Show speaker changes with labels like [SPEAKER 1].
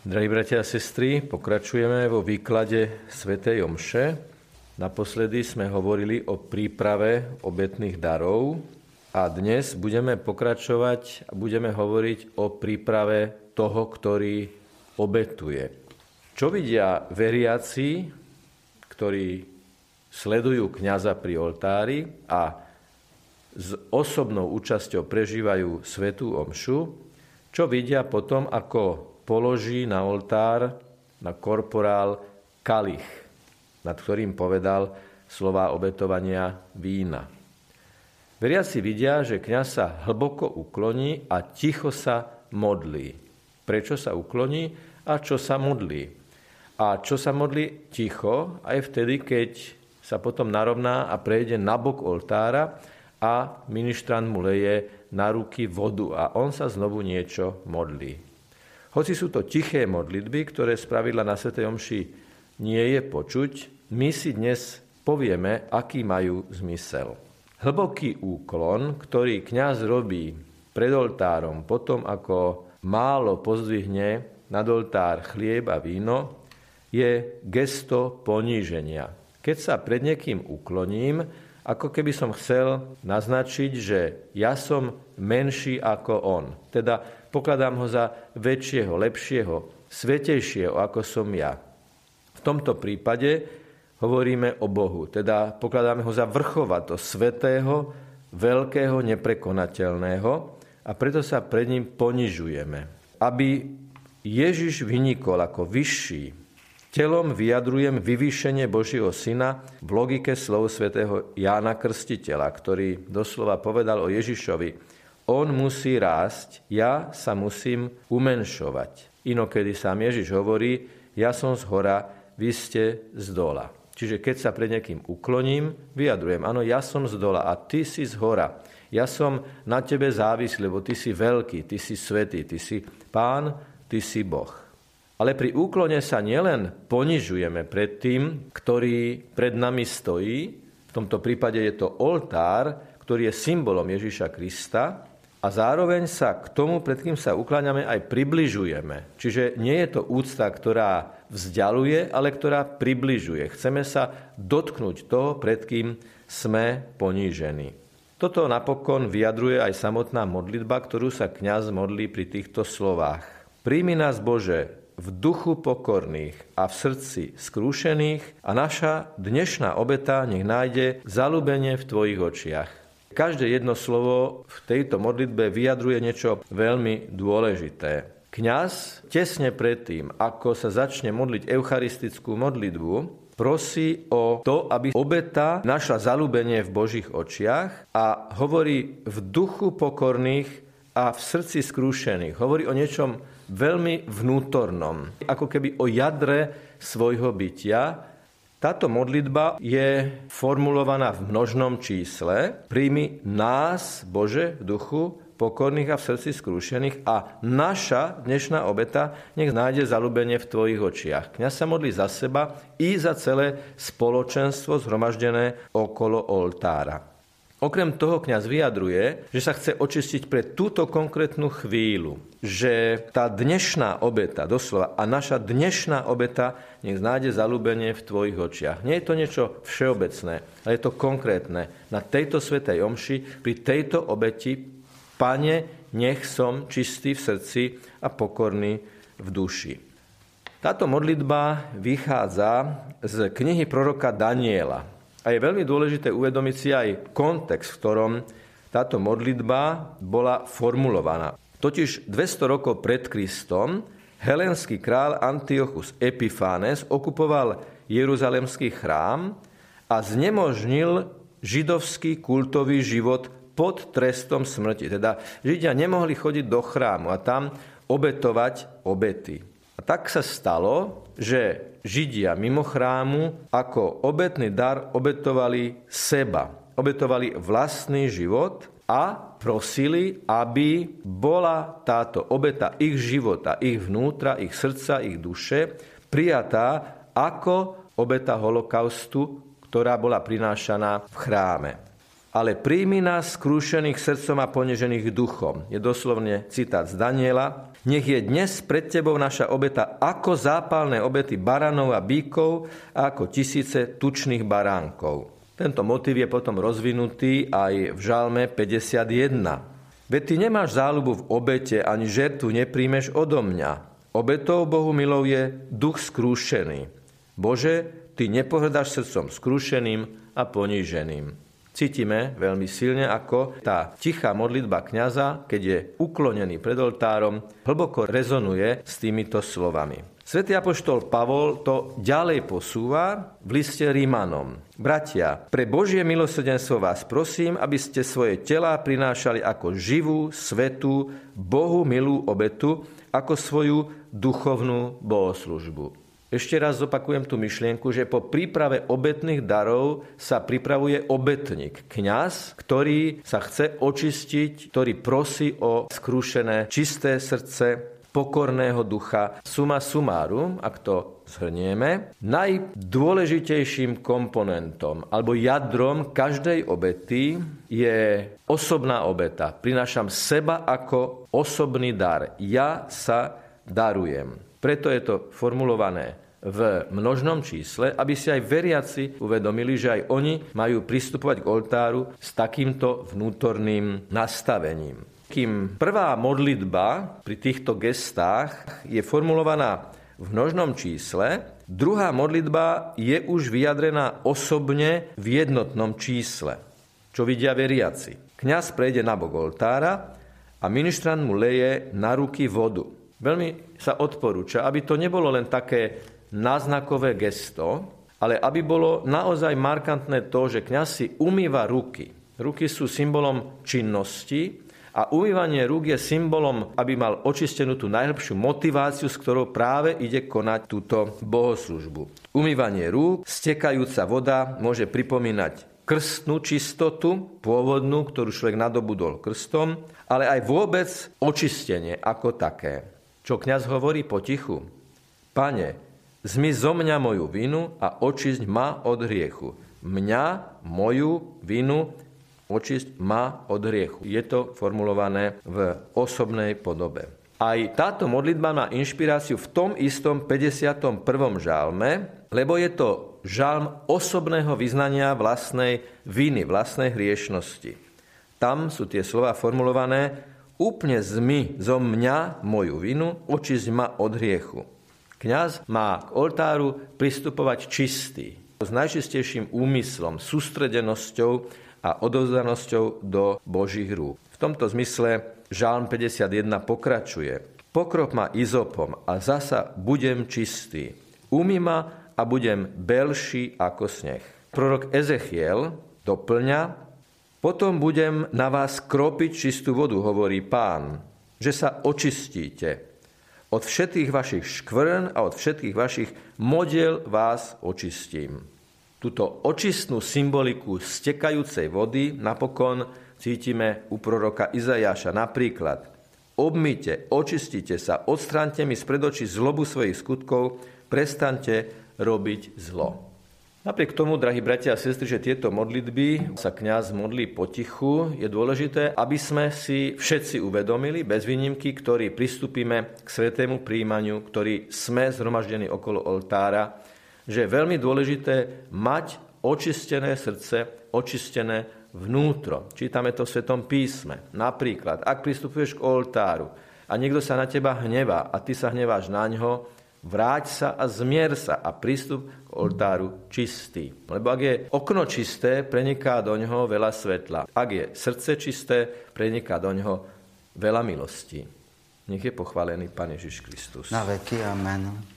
[SPEAKER 1] Drahí bratia a sestry, pokračujeme vo výklade svätej omše. Naposledy sme hovorili o príprave obetných darov a dnes budeme pokračovať a budeme hovoriť o príprave toho, ktorý obetuje. Čo vidia veriaci, ktorí sledujú kňaza pri oltári a s osobnou účasťou prežívajú svätú omšu, čo vidia potom, ako položí na oltár, na korporál kalich, nad ktorým povedal slová obetovania vína. Veriaci vidia, že kňaz sa hlboko ukloní a ticho sa modlí. Prečo sa ukloní a čo sa modlí? A čo sa modlí ticho aj vtedy, keď sa potom narovná a prejde na bok oltára a ministrant mu leje na ruky vodu a on sa znovu niečo modlí. Hoci sú to tiché modlitby, ktoré spravidla na svätej omši nie je počuť, my si dnes povieme, aký majú zmysel. Hlboký úklon, ktorý kňaz robí pred oltárom, potom ako málo pozdvihne nad oltár chlieb a víno, je gesto poníženia. Keď sa pred niekým ukloním, ako keby som chcel naznačiť, že ja som menší ako on. Teda pokladám ho za väčšieho, lepšieho, svätejšieho, ako som ja. V tomto prípade hovoríme o Bohu. Teda pokladáme ho za vrchovato, svätého, veľkého, neprekonateľného a preto sa pred ním ponižujeme. Aby Ježiš vynikol ako vyšší, telom vyjadrujem vyvýšenie Božieho Syna v logike slov svätého Jána Krstiteľa, ktorý doslova povedal o Ježišovi: on musí rásť, ja sa musím umenšovať. Inokedy sám Ježiš hovorí: ja som zhora, vy ste zdola. Čiže keď sa pred niekým ukloním, vyjadrujem: áno, ja som zdola a ty si zhora. Ja som na tebe závislý, lebo ty si veľký, ty si svätý, ty si Pán, ty si Boh. Ale pri úklone sa nielen ponižujeme pred tým, ktorý pred nami stojí, v tomto prípade je to oltár, ktorý je symbolom Ježiša Krista, a zároveň sa k tomu, pred kým sa ukláňame, aj približujeme. Čiže nie je to úcta, ktorá vzdialuje, ale ktorá približuje. Chceme sa dotknúť toho, pred kým sme ponížení. Toto napokon vyjadruje aj samotná modlitba, ktorú sa kňaz modlí pri týchto slovách. Príjmi nás, Bože, v duchu pokorných a v srdci skrúšených a naša dnešná obeta nech nájde zaľúbenie v tvojich očiach. Každé jedno slovo v tejto modlitbe vyjadruje niečo veľmi dôležité. Kňaz tesne predtým, ako sa začne modliť eucharistickú modlitbu, prosí o to, aby obeta našla zaľúbenie v Božích očiach a hovorí v duchu pokorných a v srdci skrúšených. Hovorí o niečom veľmi vnútornom, ako keby o jadre svojho bytia. Táto modlitba je formulovaná v množnom čísle. Príjmi nás, Bože, v duchu pokorných a v srdci skrúšených a naša dnešná obeta nech nájde zaľúbenie v tvojich očiach. Kňaz sa modlí za seba i za celé spoločenstvo zhromaždené okolo oltára. Okrem toho kňaz vyjadruje, že sa chce očistiť pre túto konkrétnu chvíľu, že tá dnešná obeta, doslova, a naša dnešná obeta nech nájde zaľúbenie v tvojich očiach. Nie je to niečo všeobecné, ale je to konkrétne. Na tejto svätej omši, pri tejto obeti, Pane, nech som čistý v srdci a pokorný v duši. Táto modlitba vychádza z knihy proroka Daniela. A je veľmi dôležité uvedomiť si aj kontext, v ktorom táto modlitba bola formulovaná. Totiž 200 rokov pred Kristom helénsky král Antiochus Epifánes okupoval jeruzalemský chrám a znemožnil židovský kultový život pod trestom smrti. Teda Židia nemohli chodiť do chrámu a tam obetovať obety. A tak sa stalo, že Židia mimo chrámu ako obetný dar obetovali seba. Obetovali vlastný život a prosili, aby bola táto obeta ich života, ich vnútra, ich srdca, ich duše prijatá ako obeta holokaustu, ktorá bola prinášaná v chráme. ale príjmi nás skrúšených srdcom a ponežených duchom. Je doslovne citát z Daniela. Nech je dnes pred tebou naša obeta ako zápalné obety baranov a bíkov a ako tisíce tučných baránkov. Tento motív je potom rozvinutý aj v žalme 51. Veď ty nemáš záľubu v obete, ani žertvu nepríjmeš odo mňa. Obetou Bohu milou je duch skrúšený. Bože, ty nepohrdáš srdcom skrúšeným a poníženým. Cítime veľmi silne, ako tá tichá modlitba kňaza, keď je uklonený pred oltárom, hlboko rezonuje s týmito slovami. Svätý apoštol Pavol to ďalej posúva v liste Rímanom. Bratia, pre Božie milosrdenstvo vás prosím, aby ste svoje telá prinášali ako živú, svätú, Bohu milú obetu, ako svoju duchovnú bohoslužbu. Ešte raz zopakujem tú myšlienku, že po príprave obetných darov sa pripravuje obetník, kňaz, ktorý sa chce očistiť, ktorý prosí o skrúšené, čisté srdce, pokorného ducha. Summa summarum, ak to zhrnieme, najdôležitejším komponentom alebo jadrom každej obety je osobná obeta. Prinášam seba ako osobný dar. Ja sa darujem. Preto je to formulované v množnom čísle, aby si aj veriaci uvedomili, že aj oni majú pristupovať k oltáru s takýmto vnútorným nastavením. Kým prvá modlitba pri týchto gestách je formulovaná v množnom čísle, druhá modlitba je už vyjadrená osobne v jednotnom čísle, čo vidia veriaci. Kňaz prejde na bok oltára a ministrant mu leje na ruky vodu. Veľmi sa odporúča, aby to nebolo len také náznakové gesto, ale aby bolo naozaj markantné to, že kňaz si umýva ruky. Ruky sú symbolom činnosti a umývanie rúk je symbolom, aby mal očistenú tú najlepšiu motiváciu, s ktorou práve ide konať túto bohoslužbu. Umývanie rúk, stekajúca voda môže pripomínať krstnú čistotu, pôvodnú, ktorú človek nadobudol krstom, ale aj vôbec očistenie ako také. Čo kňaz hovorí potichu? Pane, zmy zo mňa moju vinu a očisť ma od hriechu. Mňa, moju vinu, očisť ma od hriechu. Je to formulované v osobnej podobe. Aj táto modlitba má inšpiráciu v tom istom 51. žalme, lebo je to žalm osobného vyznania vlastnej viny, vlastnej hriešnosti. Tam sú tie slova formulované: úplne zmy zo mňa moju vinu, očisť ma od hriechu. Kňaz má k oltáru pristupovať čistý, s najčistejším úmyslom, sústredenosťou a odovzdanosťou do Božích rúk. V tomto zmysle žalm 51 pokračuje. Pokrop ma izopom a zasa budem čistý. Umyj ma a budem belší ako sneh. Prorok Ezechiel doplňa: potom budem na vás kropiť čistú vodu, hovorí Pán, že sa očistíte. Od všetkých vašich škvrn a od všetkých vašich modiel vás očistím. Túto očistnú symboliku stekajúcej vody napokon cítime u proroka Izaiáša. Napríklad: obmyte, očistite sa, odstráňte mi spred očí zlobu svojich skutkov, prestaňte robiť zlo. Napriek tomu, drahí bratia a sestry, že tieto modlitby sa kňaz modlí potichu, je dôležité, aby sme si všetci uvedomili, bez výnimky, ktorí pristúpime k svätému prijímaniu, ktorí sme zhromaždení okolo oltára, že je veľmi dôležité mať očistené srdce, očistené vnútro. Čítame to v Svätom písme. Napríklad, ak pristupuješ k oltáru a niekto sa na teba hnevá a ty sa hneváš na ňo, vráť sa a zmier sa a prístup k oltáru čistý. Lebo ak je okno čisté, preniká do ňoho veľa svetla. Ak je srdce čisté, preniká do ňoho veľa milostí. Nech je pochválený Pán Ježiš Kristus.
[SPEAKER 2] Na veky, amen.